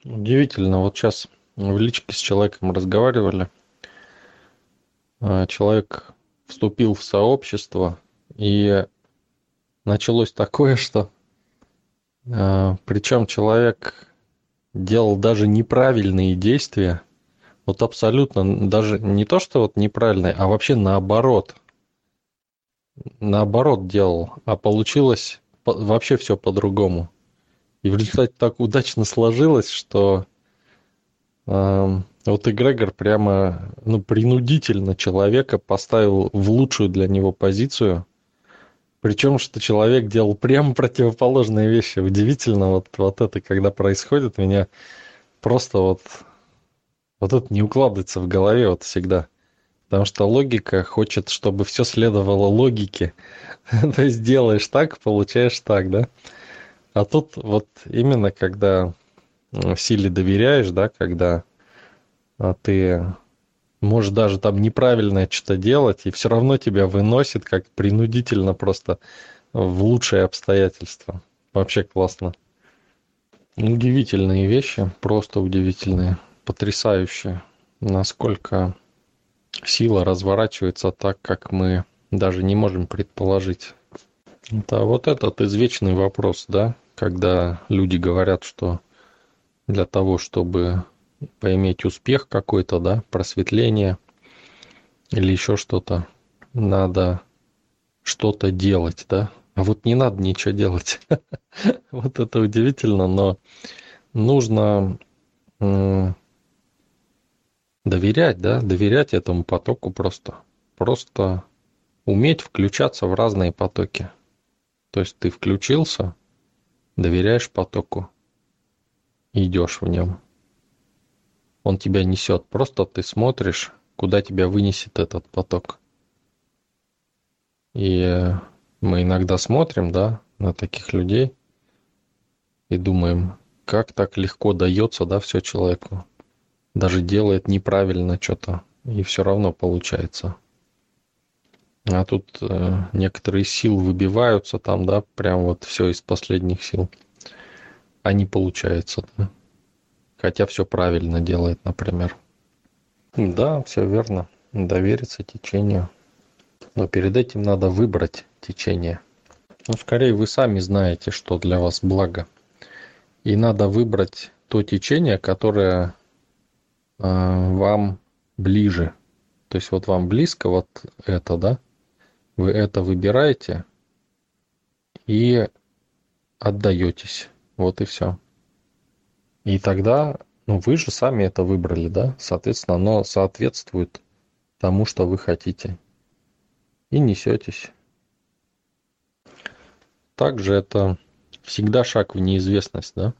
Удивительно, вот сейчас в личке с человеком разговаривали, человек вступил в сообщество, и началось такое, что причем человек делал даже неправильные действия, вот абсолютно даже не то, что вот неправильные, а вообще наоборот делал, а получилось вообще все по-другому. И в результате так удачно сложилось, что вот эгрегор прямо, ну, принудительно человека поставил в лучшую для него позицию. Причем, что человек делал прямо противоположные вещи. Удивительно, вот это, когда происходит, меня просто вот это не укладывается в голове вот всегда. Потому что логика хочет, чтобы все следовало логике. То есть делаешь так, получаешь так, да? А тут вот именно когда силе доверяешь, да, когда ты можешь даже там неправильное что-то делать, и все равно тебя выносит как принудительно просто в лучшие обстоятельства. Вообще классно. Удивительные вещи, просто удивительные, потрясающие. Насколько сила разворачивается так, как мы даже не можем предположить. Это вот этот извечный вопрос, да, когда люди говорят, что для того, чтобы поиметь успех какой-то, да, просветление или еще что-то, надо что-то делать, да. А вот не надо ничего делать. Вот это удивительно, но нужно доверять, да, доверять этому потоку просто. Просто уметь включаться в разные потоки. То есть ты включился, доверяешь потоку, идешь в нем. Он тебя несет. Просто ты смотришь, куда тебя вынесет этот поток. И мы иногда смотрим, да, на таких людей и думаем, как так легко дается, да, все человеку. Даже делает неправильно что-то, и все равно получается. А тут некоторые силы выбиваются там, да, прям вот все из последних сил. А не получается, да. Хотя все правильно делает, например. Да, все верно. Довериться течению. Но перед этим надо выбрать течение. Ну, скорее, вы сами знаете, что для вас благо. И надо выбрать то течение, которое вам ближе. То есть вот вам близко вот это, да? Вы это выбираете и отдаетесь. Вот и все. И тогда, ну, вы же сами это выбрали, да? Соответственно, оно соответствует тому, что вы хотите. И несетесь. Также это всегда шаг в неизвестность, да?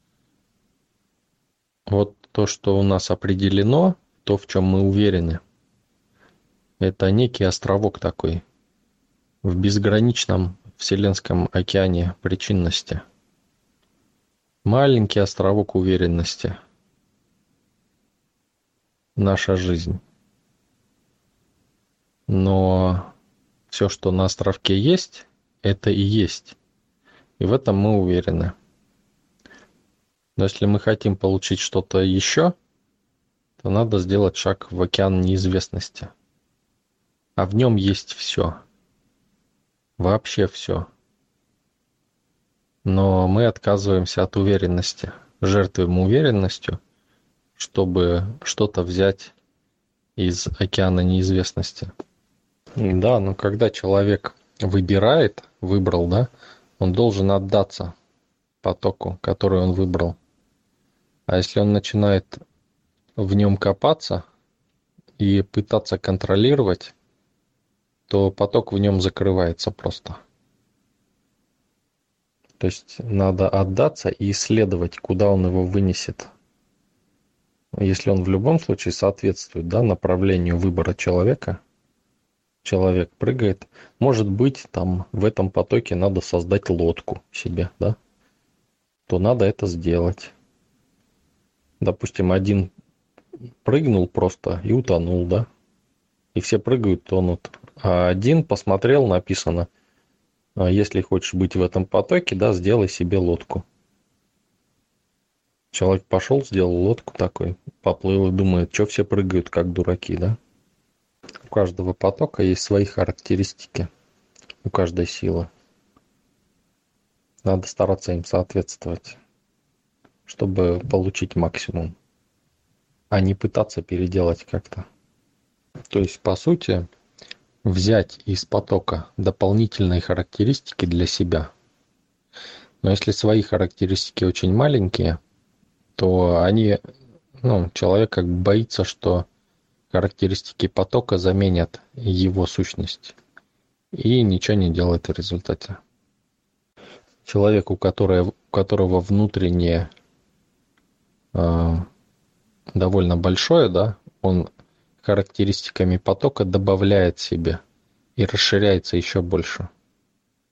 Вот то, что у нас определено, то, в чем мы уверены, это некий островок такой в безграничном вселенском океане причинности. Маленький островок уверенности. Наша жизнь. Но все, что на островке есть, это и есть. И в этом мы уверены. Но если мы хотим получить что-то еще, то надо сделать шаг в океан неизвестности. А в нем есть все. Вообще все. Но мы отказываемся от уверенности. Жертвуем уверенностью, чтобы что-то взять из океана неизвестности. Да, но когда человек выбрал, да, он должен отдаться потоку, который он выбрал. А если он начинает в нем копаться и пытаться контролировать, то поток в нем закрывается просто. То есть надо отдаться и исследовать, куда он его вынесет. Если он в любом случае соответствует, да, направлению выбора человека, человек прыгает, может быть, там в этом потоке надо создать лодку себе, да, то надо это сделать. Допустим, один прыгнул просто и утонул, да, и все прыгают, тонут. А один посмотрел, написано, если хочешь быть в этом потоке, да, сделай себе лодку. Человек пошел, сделал лодку такой, поплыл и думает, что все прыгают, как дураки, да? У каждого потока есть свои характеристики, у каждой силы. Надо стараться им соответствовать, чтобы получить максимум, а не пытаться переделать как-то. То есть, по сути, взять из потока дополнительные характеристики для себя. Но если свои характеристики очень маленькие, то они, человек как бы боится, что характеристики потока заменят его сущность и ничего не делает в результате. Человек, у которого внутреннее э, довольно большое, да, он характеристиками потока добавляет себе и расширяется еще больше.